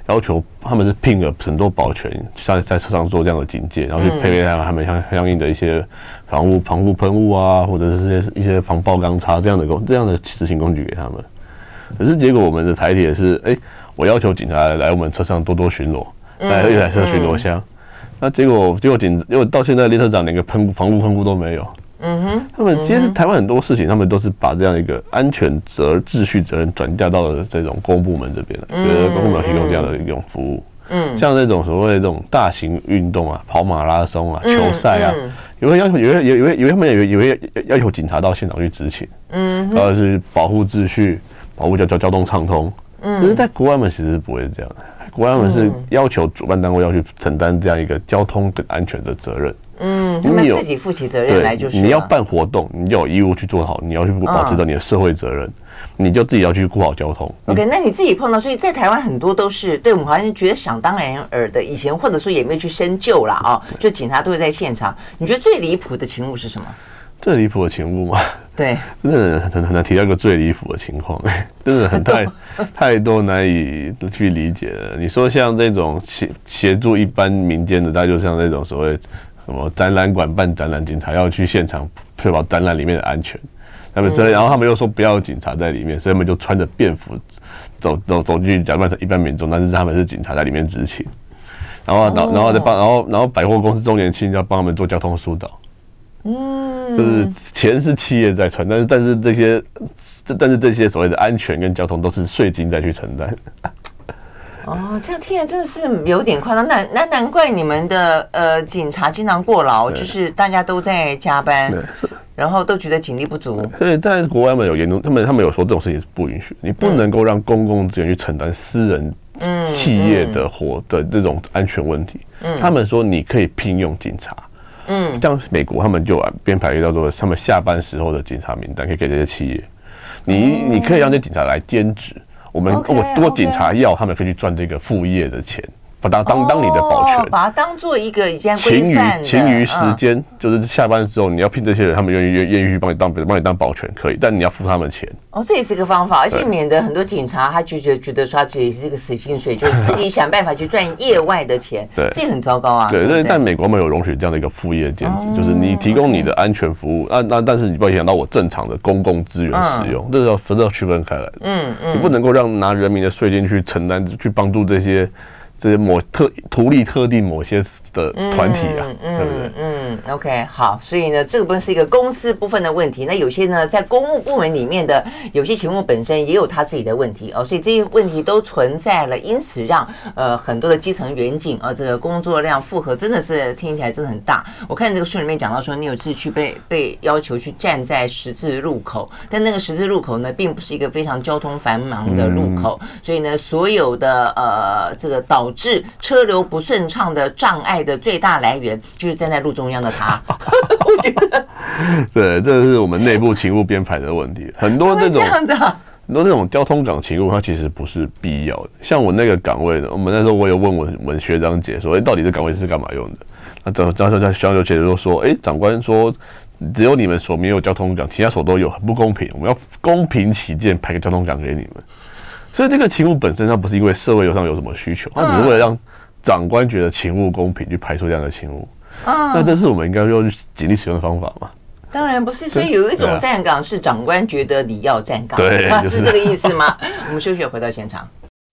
要求他们是聘了很多保全，在在车上做这样的警戒，然后去配备他他们相相应的一些防护防护喷雾啊，或者是一些防爆钢叉这样的工这样的执行工具给他们。可是结果我们的台铁是，哎、欸，我要求警察来我们车上多多巡逻，来一台车巡逻箱。嗯嗯那结果，结果警，结果到现在列车长连个喷防护喷雾都没有。嗯哼，他们其实台湾很多事情，他们都是把这样一个安全责秩序责任转嫁到了这种公部门这边来，觉得公部门提供这样的一种服务。嗯，像这种所谓的这种大型运动啊，跑马拉松啊、球赛啊，也会要求，也会也会也会他们也也会要求警察到现场去执勤。嗯，然后是保护秩序、保护交交交通畅通。嗯，可是，在国外们其实是不会这样的。国外们是要求主办单位要去承担这样一个交通跟安全的责任。 嗯，他们自己负起责任来就是。 你要办活动，你就有义务去做好，你要去保持着你的社会责任，嗯、你就自己要去顾好交通。 OK， 那你自己碰到，所以在台湾很多都是对我们好像觉得想当然尔的，以前或者说也没有去深究啦啊、哦，就警察都会在现场。你觉得最离谱的勤务是什么？ 最离谱的勤务嘛？ 对， 真的很很难提到一个最离谱的情况，真的很太太多难以去理解了。你说像这种协协助一般民间的，大概就像那种所谓什么展览馆办展览，警察要去现场确保展览里面的安全。他们然后他们又说不要有警察在里面，所以他们就穿着便服走走走进去，假扮成一般民众，但是他们是警察在里面执勤。然后然后然后再帮然后然后百货公司周年庆要帮他们做交通疏导。嗯，就是钱是企业在赚，但是但是这些，但是这些所谓的安全跟交通都是税金再去承担。 哦，这样听起来真的是有点夸张。那那难怪你们的呃警察经常过劳，就是大家都在加班，然后都觉得警力不足。 所以在国外嘛有严重，他们他们有说这种事情是不允许，你不能够让公共资源去承担私人企业的活的这种安全问题。嗯，他们说你可以聘用警察。嗯，像美国他们就编排一个叫做他们下班时候的警察名单，可以给这些企业，你你可以让这些警察来兼职，我们如果多警察要，他们可以去赚这个副业的钱。把当当当你的保全，哦、 把它当做一个已经规范的勤余勤余时间，嗯、就是下班之后你要聘这些人，他们愿意愿意去帮你当帮你当保全可以，但你要付他们钱。 哦，这也是个方法，而且免得很多警察他就觉得觉得说自己是一个死薪水，就是自己想办法去赚业外的钱，对，这很糟糕啊。 对，对，但美国没有容许这样的一个副业兼职，哦、就是你提供你的安全服务，那、啊、那但是你不要影响到我正常的公共资源使用，嗯、这是要这是要区分开来的。嗯嗯，你不能够让拿人民的税金去承担去帮助这些。这些某特图利特定某些的团体啊，嗯、对不对？ 嗯 ，OK， 好，所以呢，这个部分是一个公司部分的问题。那有些呢，在公务部门里面的有些勤务本身也有他自己的问题哦，所以这些问题都存在了，因此让呃很多的基层员警啊，这个工作量负荷真的是听起来真的很大。我看这个书里面讲到说，你有次去被被要求去站在十字路口，但那个十字路口呢，并不是一个非常交通繁忙的路口，嗯、所以呢，所有的呃这个导导致车流不顺畅的障碍的最大来源，就是站在路中央的他。我觉得， 对，这是我们内部勤务编排的问题。很多这种，这啊、很多这种交通岗勤务，它其实不是必要的。像我那个岗位呢，我们那时候我有问我们学长姐说，哎、欸，到底这岗位是干嘛用的？那长长长学长姐就说，哎、欸，长官说。只有你们所没有交通岗，其他所都有，很不公平。我们要公平起见，排个交通岗给你们。所以这个勤务本身，它不是因为社会上有什么需求，它只是为了让长官觉得勤务公平，去排出这样的勤务。嗯、那这是我们应该要去尽力使用的方法嘛？ 当然不是，所以有一种站岗是长官觉得你要站岗， 对， 啊、是这个意思吗？我们休息回到现场。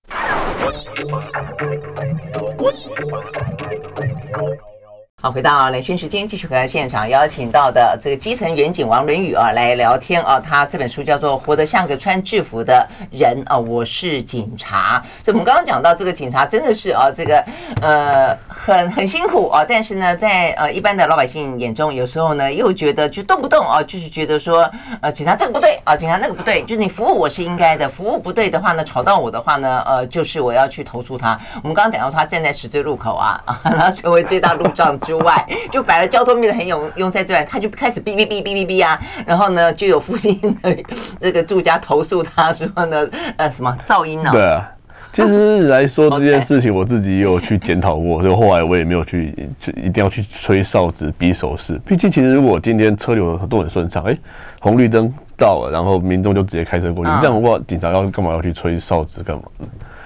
好，回到雷军时间，继续回到现场，邀请到的这个基层员警王伦宇啊来聊天啊。他这本书叫做《活得像个穿制服的人》啊，我是警察。所以我们刚刚讲到这个警察真的是啊，这个呃很很辛苦啊，但是呢，在呃一般的老百姓眼中，有时候呢又觉得就动不动啊，就是觉得说呃警察这个不对啊，警察那个不对，就是你服务我是应该的，服务不对的话呢，吵到我的话呢，呃就是我要去投诉他。我们刚刚讲到他站在十字路口啊，啊然后成为最大路障之外，就反而交通变得很拥拥塞之外，他就开始哔哔哔哔哔哔啊，然后呢，就有附近的这个住家投诉他说呢，呃，什么噪音呢、啊？ 对啊，其实来说这件事情，我自己也有去检讨过，所以后来我也没有去一定要去吹哨子、比手势。毕竟，其实如果今天车流都很顺畅，哎，红绿灯到了，然后民众就直接开车过去，嗯、这样的话，警察要干嘛要去吹哨子干嘛呢？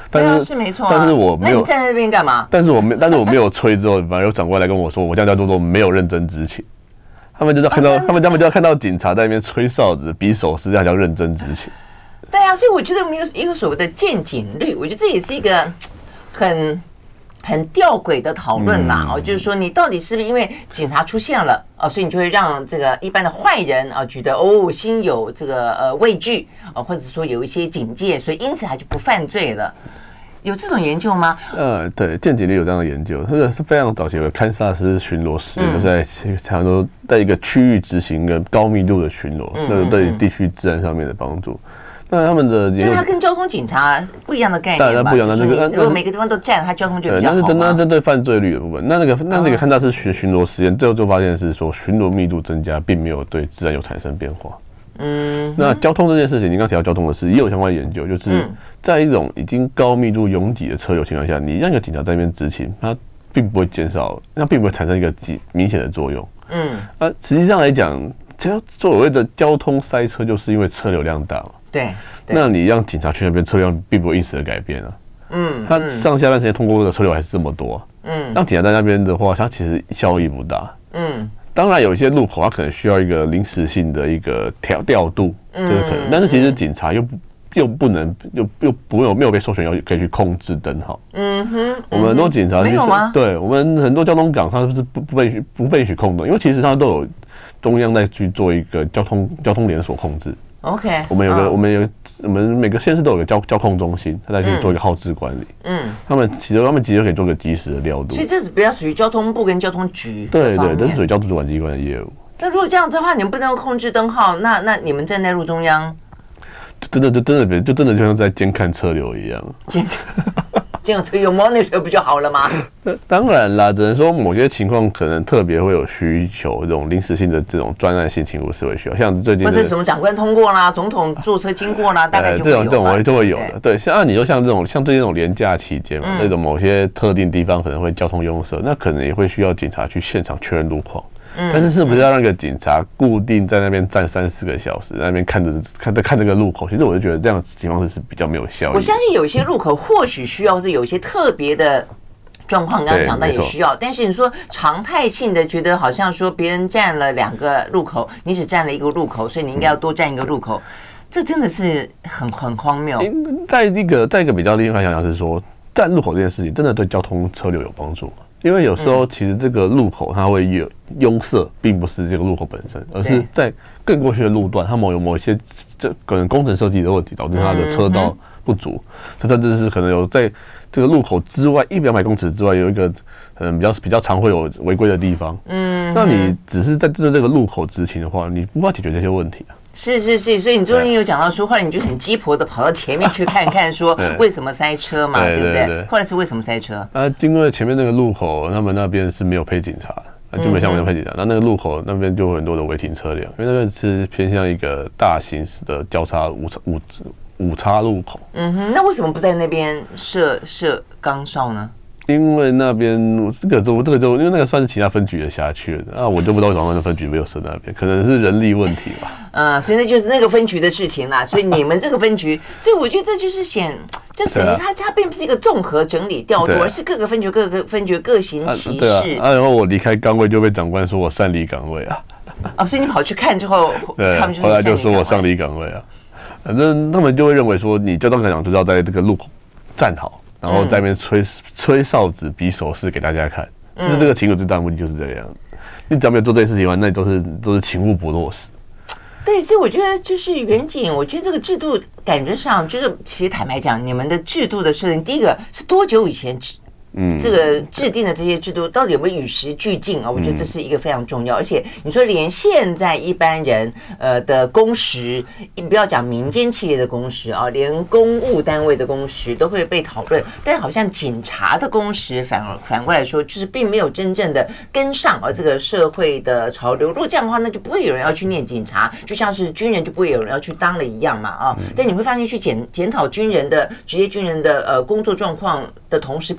但是、 啊、是没错、啊。 但是我没有。 那你站在那边干嘛？ 但是我没，但是我没有吹之后，反而有长官来跟我说，我这样叫做没有认真执勤。他们就要看到，啊、他们他们就要看到警察在那边吹哨子、比手势，这样叫认真执勤。 对啊，所以我觉得没有一个所谓的见警率，我觉得这也是一个很很吊诡的讨论啦。嗯、哦，就是说你到底是不是因为警察出现了啊、哦，所以你就会让这个一般的坏人啊觉得哦心有这个呃畏惧啊、哦，或者说有一些警戒，所以因此他就不犯罪了。有这种研究吗？ 呃，对，见警率有这样的研究，这个是非常早期的堪萨斯巡逻实验，嗯、就在常说在一个区域执行一个高密度的巡逻，那、嗯、对地区治安上面的帮助。那他们的研究， 但它跟交通警察不一样的概念吧？当然不一样的。那个如果每个地方都占，它交通就比较好。 那是那针对犯罪率的部分。那那个那那个堪萨斯巡巡逻实验，最后就发现是说巡逻密度增加，并没有对治安有产生变化。嗯，那交通这件事情，你刚提到交通的事，也有相关研究，就是在一种已经高密度拥挤的车流情况下，你让一个警察在那边执勤，它并不会减少，那并不会产生一个明显的作用。嗯，啊，实际上来讲，交所谓的交通塞车，就是因为车流量大嘛。 对， 那你让警察去那边，车流并不会因此而改变啊。嗯，他上下班时间通过的车流还是这么多、啊。嗯，让警察在那边的话，它其实效益不大。嗯。当然，有一些路口它可能需要一个临时性的一个调调度，这个可能。但是其实警察又不又不能又又不有没有被授权要可以去控制灯号。嗯哼，我们很多警察、就是、 没有吗？ 对，我们很多交通岗它是不不被许不被许控的，因为其实它都有中央在去做一个交通交通连锁控制。 OK， 我们有个、哦、我们有我们每个县市都有个交交控中心，它在去做一个号志管理。嗯，他们其实他们其实可以做个及时的调度。 所以这是比较属于交通部跟交通局。 对对，这是属于交通主管机关的业务。 那如果这样子的话，你们不能控制灯号，那那你们站在路中央， 真的就真的就真的就像在监看车流一样。 监监看车有 monitor 不就好了吗？ 当然啦，只能说某些情况可能特别会有需求，这种临时性的这种专案性勤务是会需要，像最近或者什么长官通过啦，总统坐车经过啦，大概就会有、呃、 这种这种就会有的。对，像按你说像这种像最近这种连假期间嘛，嗯、那种某些特定地方可能会交通拥塞，那可能也会需要警察去现场确认路况。嗯、但是是不是要让一个警察固定在那边站三四个小时，在那边看着看着看这个路口？其实我就觉得这样的情况是比较没有效益。 我相信有一些路口或许需要是有一些特别的状况，刚刚讲到也需要，但是你说常态性的觉得好像说别人占了两个路口，你只占了一个路口，所以你应该要多占一个路口，嗯、这真的是很很荒谬。 在一个在一个比较另外想想是说，占路口这件事情真的对交通车流有帮助吗？因为有时候其实这个路口它会有拥塞，并不是这个路口本身，而是在更过去的路段，它某有某一些这可能工程设计的问题，导致它的车道不足，甚至是可能有在这个路口之外一两百公尺之外有一个嗯比较比较常会有违规的地方。嗯，那你只是在针对这个路口执勤的话，你无法解决这些问题啊。 是是是，所以你中间有讲到说，后来你就很鸡婆的跑到前面去看看，说为什么塞车嘛，对不对？对对对，后来是为什么塞车？ 啊，因为前面那个路口，他们那边是没有配警察的，就没像我们配警察。那、嗯、那个路口那边就有很多的违停车辆，因为那边是偏向一个大型的交叉五五五叉路口。 嗯哼，那为什么不在那边设设岗哨呢？ 因为那边这个就这个就因为那个算是其他分局的辖区啊，我就不知道为什么那个分局没有设那边，可能是人力问题吧。 嗯，所以那就是那个分局的事情啦。所以你们这个分局，所以我觉得这就是显，这显示它它并不是一个综合整理调度，而是各个分局各个分局各行其事。 啊，对啊，啊然后我离开岗位就被长官说我擅离岗位啊。 哦，所以你跑去看之后， 他们就后来就说我擅离岗位啊。反正他们就会认为说，你交通岗长就是要在这个路口站好。然后在那边吹、嗯、吹哨子、比手势给大家看，就是这个勤务最大的目的就是这样。你只要没有做这件事情的话，那你都是都是勤务不落实。 对，所以我觉得就是远景，我觉得这个制度感觉上就是，其实坦白讲，你们的制度的设定，第一个是多久以前嗯，这个制定的这些制度到底有没有与时俱进啊？我觉得这是一个非常重要。而且你说连现在一般人呃的工时，不要讲民间企业的工时啊，连公务单位的工时都会被讨论，但好像警察的工时反而反过来说，就是并没有真正的跟上啊这个社会的潮流。如果这样的话，那就不会有人要去念警察，就像是军人就不会有人要去当了一样嘛啊。但你会发现去检检讨军人的职业军人的呃工作状况的同时，并没有去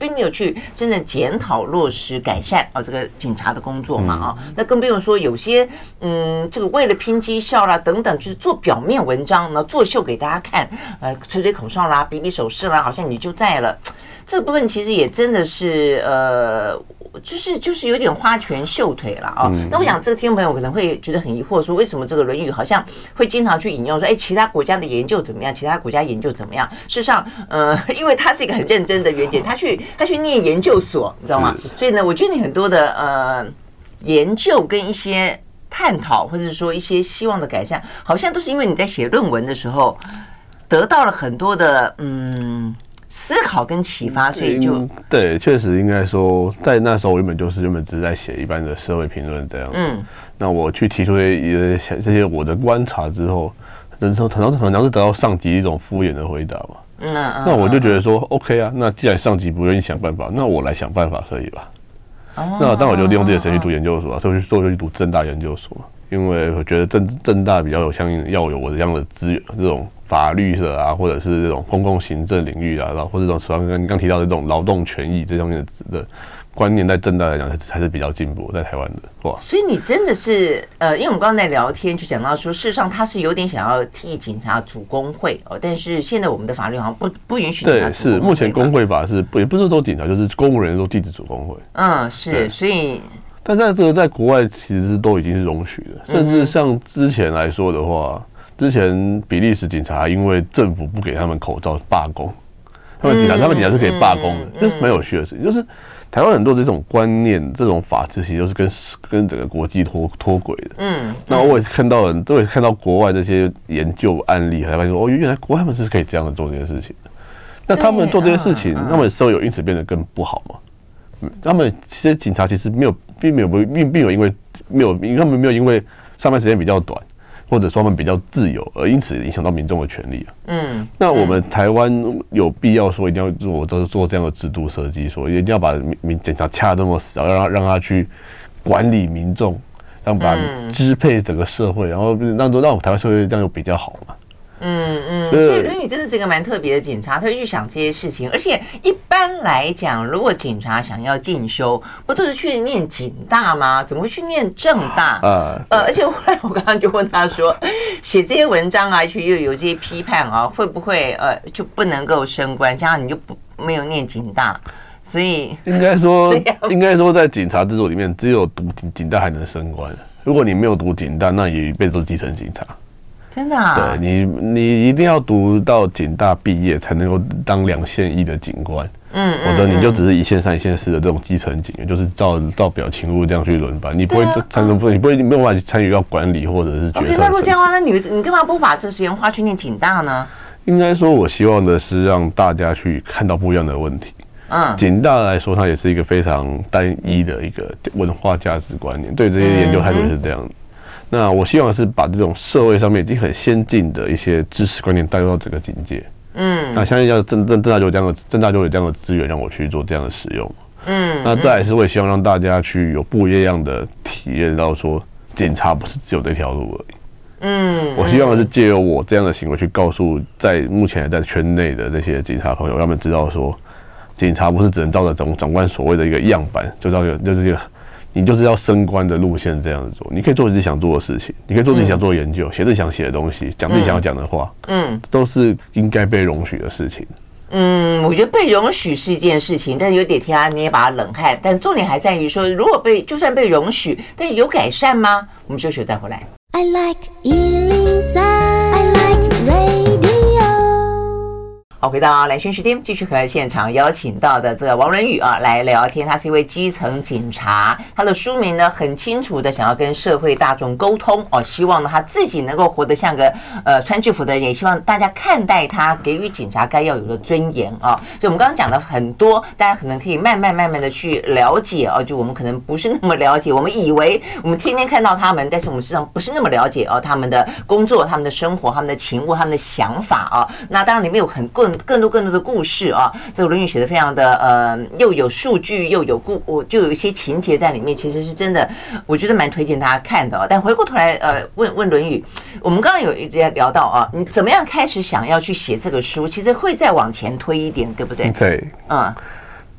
去真正检讨落实改善啊这个警察的工作嘛啊，嗯、那更不用说有些嗯这个为了拼绩效啦等等，就是做表面文章呢，作秀给大家看，呃吹吹口哨啦，比比手势啦，好像你就在了。这个部分其实也真的是呃，就是就是有点花拳绣腿了啊、哦。嗯、那我想这个听众朋友可能会觉得很疑惑，说为什么这个《论语》好像会经常去引用说，哎，其他国家的研究怎么样？其他国家研究怎么样？事实上，呃，因为他是一个很认真的袁姐，他去他去念研究所，你知道吗？所以呢，我觉得你很多的呃研究跟一些探讨，或者说一些希望的改善，好像都是因为你在写论文的时候得到了很多的嗯。思考跟启发，所以就、嗯、 对，确实应该说，在那时候我原本就是原本只是在写一般的社会评论这样。嗯，那我去提出一些这些我的观察之后，人说可能可能是得到上级一种敷衍的回答嘛。嗯，那我就觉得说、嗯、，OK 啊，那既然上级不愿意想办法，那我来想办法可以吧？哦、那当然我就利用这些时间去读研究所啊，所以我就所以我就去读政大研究所，因为我觉得政政大比较有相应要有我这样的资源，这种。法律的啊，或者是这种公共行政领域啊，然后或者这种刚刚提到的这种劳动权益这方面的观念，在政大来讲还是比较进步，在台湾的哇。 所以你真的是呃，因为我们刚刚在聊天就讲到说，事实上他是有点想要替警察组工会哦，但是现在我们的法律好像不不允许警察组工会。 对，是目前工会法是也不是说警察，就是公务人员都禁止组工会。 嗯，是，所以。 但在这个在国外其实都已经是容许的，甚至像之前来说的话。之前比利时警察因为政府不给他们口罩罢工，他们警察他们警察是可以罢工的，这、嗯、是蛮有趣的事情。就是台湾很多这种观念、这种法制，其实都是跟跟整个国际脱脱轨的。嗯，那我也是看到人，我也看到国外这些研究案例，才发现说，哦，原来国外他们是可以这样子做这件事情的。那他们做这些事情，他们社会有因此变得更不好吗？嗯，他们其实警察其实没有，并没有并并没有因为没有，他们没有因为上班时间比较短。或者说他们比较自由，而因此影响到民众的权利啊。嗯，那我们台湾有必要说一定要做，做做这样的制度设计，说一定要把民警察掐这么死，让他让他去管理民众，让把支配整个社会，然后让让我们台湾社会这样又比较好嘛。 嗯嗯，所以伦宇真的是一个蛮特别的警察，他会去想这些事情。而且一般来讲，如果警察想要进修，不都是去念警大吗？怎么会去念政大？呃呃，而且后来我刚刚就问他说，写这些文章啊，去又有这些批判啊，会不会呃就不能够升官？加上你就不没有念警大，所以应该说应该说在警察制度里面，只有读警警大还能升官。如果你没有读警大，那也一辈子都基层警察。 真的啊？ 对你，你一定要读到警大毕业，才能够当两线一的警官。嗯，否则你就只是一线三、一线四的这种基层警员，就是照照表勤务这样去轮班，你不会参与，你不会没有办法去参与到管理或者是决策。 那如果这样的话，那你你干嘛不把这个时间花去念警大呢？ 应该说，我希望的是让大家去看到不一样的问题。嗯，警大来说，它也是一个非常单一的一个文化价值观念，对这些研究态度也是这样的。那我希望是把这种社会上面已经很先进的一些知识观念带入到整个警界。嗯，那相信要正正正大就有这样的正大就有这样的资源让我去做这样的使用。嗯，那再来是我也希望让大家去有不一样的体验到说，警察不是只有这条路而已。嗯，我希望的是借由我这样的行为去告诉在目前还在圈内的这些警察朋友，让他们知道说，警察不是只能照着长长官所谓的一个样板，就照着就是这个。你就是要升官的路线这样子做，你可以做自己想做的事情，你可以做自己想做的研究，写自己想写的东西，讲自己想要讲的话，嗯，都是应该被容许的事情。 嗯，我觉得被容许是一件事情，但是有点替他捏把冷汗。但重点还在于说，如果被就算被容许，但有改善吗？我们休息再回来。I like 一零三 I like radio。好，回到蓝轩时间，继续和现场邀请到的这个王伦宇啊来聊天。他是一位基层警察，他的书名呢很清楚的想要跟社会大众沟通哦，希望呢他自己能够活得像个呃穿制服的人，也希望大家看待他，给予警察该要有的尊严啊。所以我们刚刚讲了很多，大家可能可以慢慢慢慢的去了解哦，就我们可能不是那么了解，我们以为我们天天看到他们，但是我们实际上不是那么了解哦，他们的工作、他们的生活、他们的情务、他们的想法啊。那当然里面有很更更多更多的故事啊，这个论语写的非常的呃，又有数据又有故，就有一些情节在里面，其实是真的，我觉得蛮推荐大家看的、啊。但回过头来呃，问问论语，我们刚刚有一直在聊到啊，你怎么样开始想要去写这个书？其实会再往前推一点，对不对？ 对，嗯。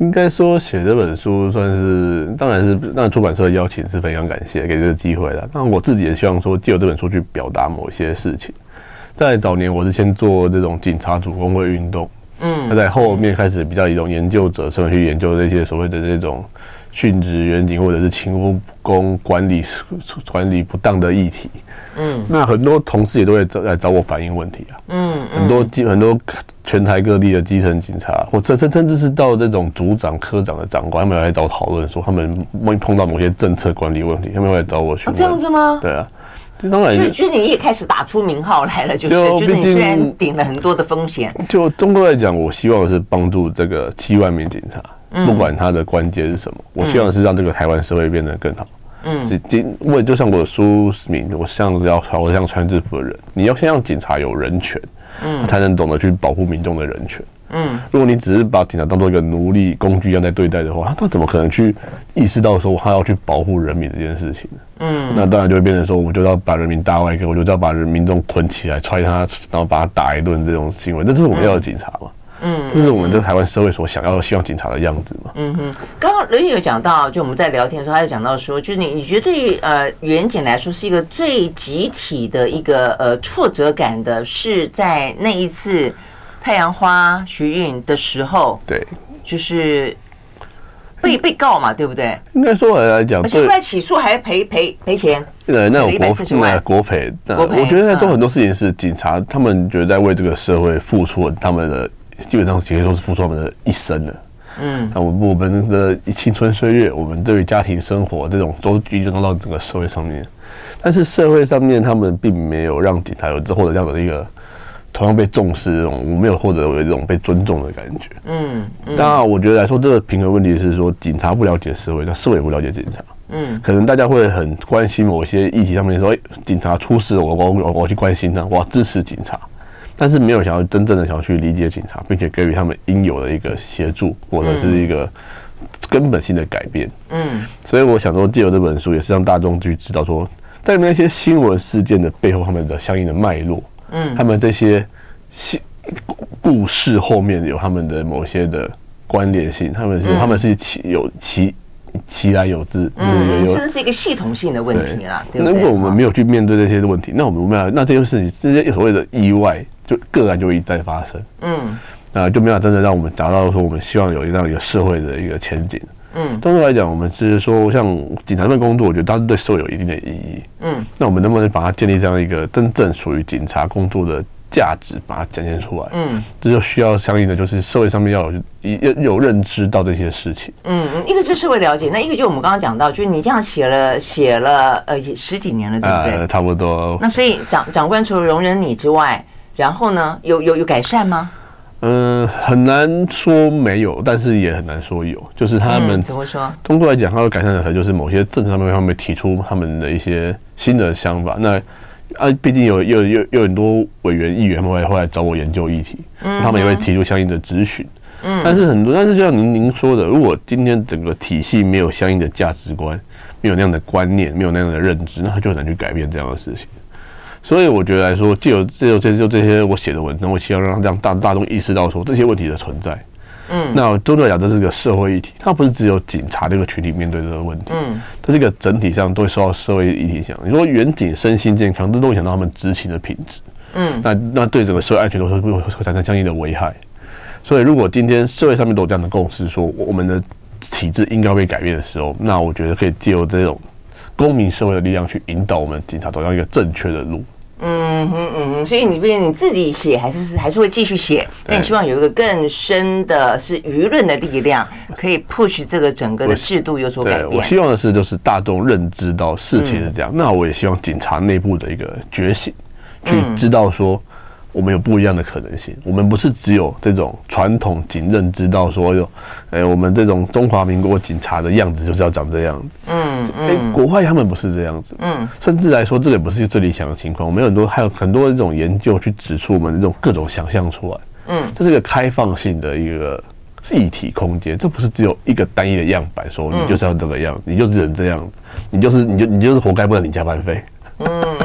应该说写这本书算是，当然是那出版社的邀请是非常感谢给这个机会的。但我自己也希望说，借由这本书去表达某一些事情。在早年我是先做这种警察主工会运动，嗯，那在后面开始比较以一种研究者身份去研究这些所谓的这种殉职员警或者是勤务不公、管理管理不当的议题。嗯，那很多同事也都会来找我反映问题啊。嗯，很多很多全台各地的基层警察，或甚甚至是到这种组长、科长的长官，他们来找我讨论说，他们碰到某些政策管理问题，他们会来找我询问。 哦，这样子吗？ 对啊。当然， 所以就是你也开始打出名号来了，就是就是你虽然顶了很多的风险，就中国来讲，我希望是帮助这个七万名警察，嗯、不管他的关键是什么，我希望是让这个台湾社会变得更好。嗯，警为就像我的书名，我像要我像穿制服的人，你要先让警察有人权，嗯，才能懂得去保护民众的人权。嗯，如果你只是把警察当作一个奴隶工具一样在对待的话，他怎么可能去意识到说他要去保护人民这件事情呢？嗯，那当然就会变成说，我就要把人民大外割，我就要把人民众捆起来踹他，然后把他打一顿这种行为，这是我们要的警察嘛？嗯，这是我们这台湾社会所想要希望警察的样子嘛？嗯哼，刚刚伦有讲到，就我们在聊天的时候，他就讲到说，就是你你觉得对于呃远景来说是一个最集体的一个呃挫折感的，是在那一次太阳花学运的时候， 对， 就是被被告嘛，对不对？ 应该说来讲， 而且后来起诉还赔赔赔钱， 对，那有国那国赔。我觉得在做很多事情是警察，他们觉得在为这个社会付出他们的。基本上，其实都是付出他们的一生了。嗯，那我们我们的青春岁月，我们对于家庭生活这种都集中到整个社会上面。但是社会上面，他们并没有让警察有获得这样的一个同样被重视这种，我没有获得有这种被尊重的感觉。嗯，嗯当然，我觉得来说，这个平衡问题是说，警察不了解社会，但社会也不了解警察。嗯，可能大家会很关心某些议题上面说，警察出事，我我我我去关心他，我要支持警察。但是没有想要真正的想要去理解警察，并且给予他们应有的一个协助，或者是一个根本性的改变。嗯，所以我想说，借由这本书，也是让大众去知道说，在那些新闻事件的背后，他们的相应的脉络，嗯，他们这些故事后面有他们的某些的关联性，他们是、嗯、他们是其有其。其来有自， 嗯，甚至是一个系统性的问题啦，对不对？ 如果我们没有去面对这些问题，那我们没有，那这件事情，这些所谓的意外，就个案就会一再发生，嗯，啊，就没有真的让我们达到说我们希望有这样一个社会的一个前景。嗯，当然来讲，我们是说，像警察这份工作，我觉得它是对社会有一定的意义。嗯，那我们能不能把它建立这样一个真正属于警察工作的价值，把它展现出来？嗯，这就需要相应的，就是社会上面要有有有认知到这些事情。 嗯，一个是社会了解，那一个就是我们刚刚讲到，就是你这样写了写了呃十几年了，对不对？ 呃，差不多。 那所以长长官除了容忍你之外，然后呢，有有有改善吗？ 嗯，很难说没有，但是也很难说有。就是他们、嗯、 怎么说？ 通过来讲，他会改善的可能就是某些政策上面，他们提出他们的一些新的想法。那啊，毕竟有有有有很多委员、议员他们会会来找我研究议题，嗯、他们也会提出相应的质询。嗯，但是很多，但是就像您您说的，如果今天整个体系没有相应的价值观，没有那样的观念，没有那样的认知，那他就很难去改变这样的事情。所以我觉得来说，借由借由这就这些我写的文章，我希望让让大大众意识到说这些问题的存在。嗯，那周对来讲，这是个社会议题，它不是只有警察这个群体面对这个问题，嗯，它是一个整体上都会受到社会议题影响。你说远警身心健康，都都会影响到他们执勤的品质，嗯，那那对整个社会安全都会会产生相应的危害。所以，如果今天社会上面都有这样的共识，说我们的体制应该被改变的时候，那我觉得可以借由这种公民社会的力量去引导我们警察走向一个正确的路。嗯哼嗯哼，所以你不你自己写，还是还是会继续写，但你希望有一个更深的是舆论的力量，可以 push 这个整个的制度有所改变。 我希望的是，就是大众认知到事情是这样。嗯、那我也希望警察内部的一个觉醒，去知道说我们有不一样的可能性。我们不是只有这种传统警认知到说有，哎、欸，我们这种中华民国警察的样子就是要长这样子。嗯嗯、欸，国外他们不是这样子。嗯，甚至来说，这个不是最理想的情况。我们有很多还有很多这种研究去指出我们这种各种想象出来。嗯，这是一个开放性的一个议题空间，这不是只有一个单一的样板，说你就是要这个样子，你就只能这样，你就是你就你就是活该不能领加班费。嗯嗯嗯，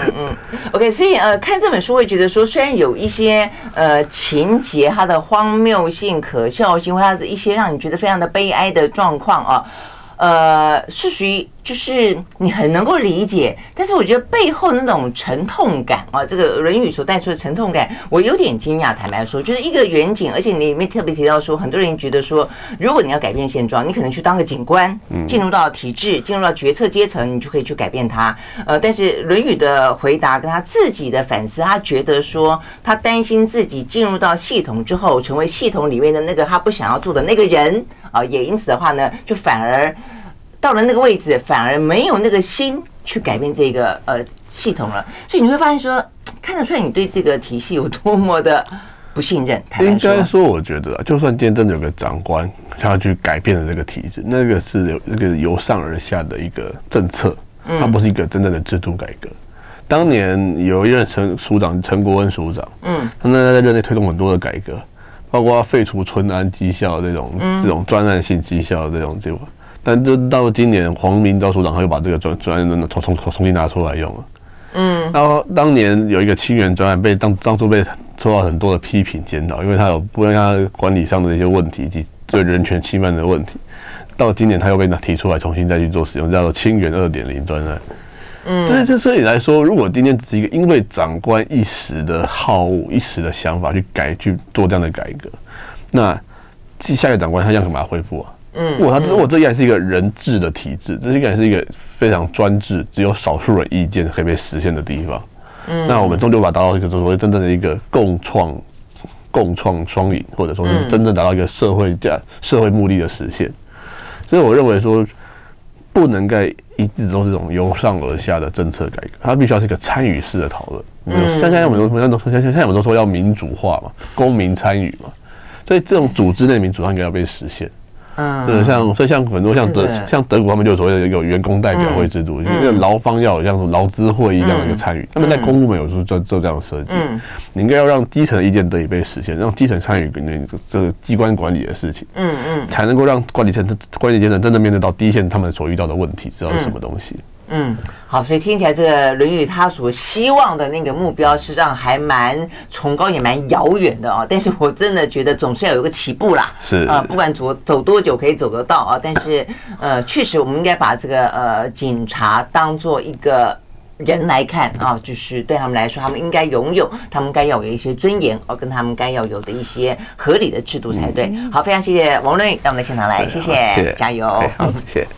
嗯 ，OK， 所以呃，看这本书会觉得说，虽然有一些呃情节它的荒谬性、可笑性，或它的一些让你觉得非常的悲哀的状况啊。呃，是属于就是你很能够理解，但是我觉得背后那种沉痛感啊，这个《论语》所带出的沉痛感，我有点惊讶。坦白说，就是一个远景，而且你里面特别提到说，很多人觉得说，如果你要改变现状，你可能去当个警官，进入到体制，进入到决策阶层，你就可以去改变它。呃，但是《论语》的回答跟他自己的反思，他觉得说，他担心自己进入到系统之后，成为系统里面的那个他不想要做的那个人啊，也因此的话呢，就反而。到了那个位置，反而没有那个心去改变这个呃系统了，所以你会发现说，看得出来你对这个体系有多么的不信任。 应该说，我觉得、啊，就算今天真的有个长官他要去改变了这个体制，那个是有那个由上而下的一个政策，它不是一个真正的制度改革。当年有一任陈署长陈国恩署长，嗯，他那在任内推动很多的改革，包括废除春安绩效这种、嗯、这种专案性绩效这种地方。但就到今年，黄明昭署长他又把这个专专案重重重新拿出来用了。嗯，然后当年有一个清源专案被当当初被受到很多的批评检讨，因为他有不论他管理上的一些问题及对人权侵犯的问题。到今年他又被提出来重新再去做使用，叫做清源 二点零 专案。嗯，对，这所以来说，如果今天只是一个因为长官一时的好恶、一时的想法去改去做这样的改革，那下一个长官他这样干嘛恢复啊？嗯，如果他如果这依然是一个人治的体制，这依然是一个非常专制，只有少数人意见可以被实现的地方。嗯，那我们终究把它达到一个所谓真正的一个共创、共创双赢，或者说是真正达到一个社会价、社会目的的实现。所以我认为说，不能够一直都是这种由上而下的政策改革，它必须要是一个参与式的讨论。嗯，像现在我们都现在现在我们都说要民主化嘛，公民参与嘛，所以这种组织内民主它应该要被实现。嗯，对，像所以像很多像德像德国他们就有所谓的一个员工代表会制度，因为劳方要有像劳资会议这样的一个参与，他们在公部门有时候做做这样的设计。嗯，你应该要让基层的意见得以被实现，让基层参与这个机关管理的事情。嗯嗯，才能够让管理层管理阶层真正面对到第一线他们所遇到的问题，知道是什么东西。嗯， 好，所以听起来这个《论语》他所希望的那个目标，实际上还蛮崇高，也蛮遥远的啊。但是我真的觉得总是要有一个起步啦， 是啊、呃，不管走走多久可以走得到啊。但是呃，确实我们应该把这个呃警察当做一个人来看啊，就是对他们来说，他们应该拥有，他们该要有一些尊严哦，跟他们该要有的一些合理的制度才对。好，非常谢谢王论语到我们的现场来，谢谢， 谢谢， 加油， 好，谢谢。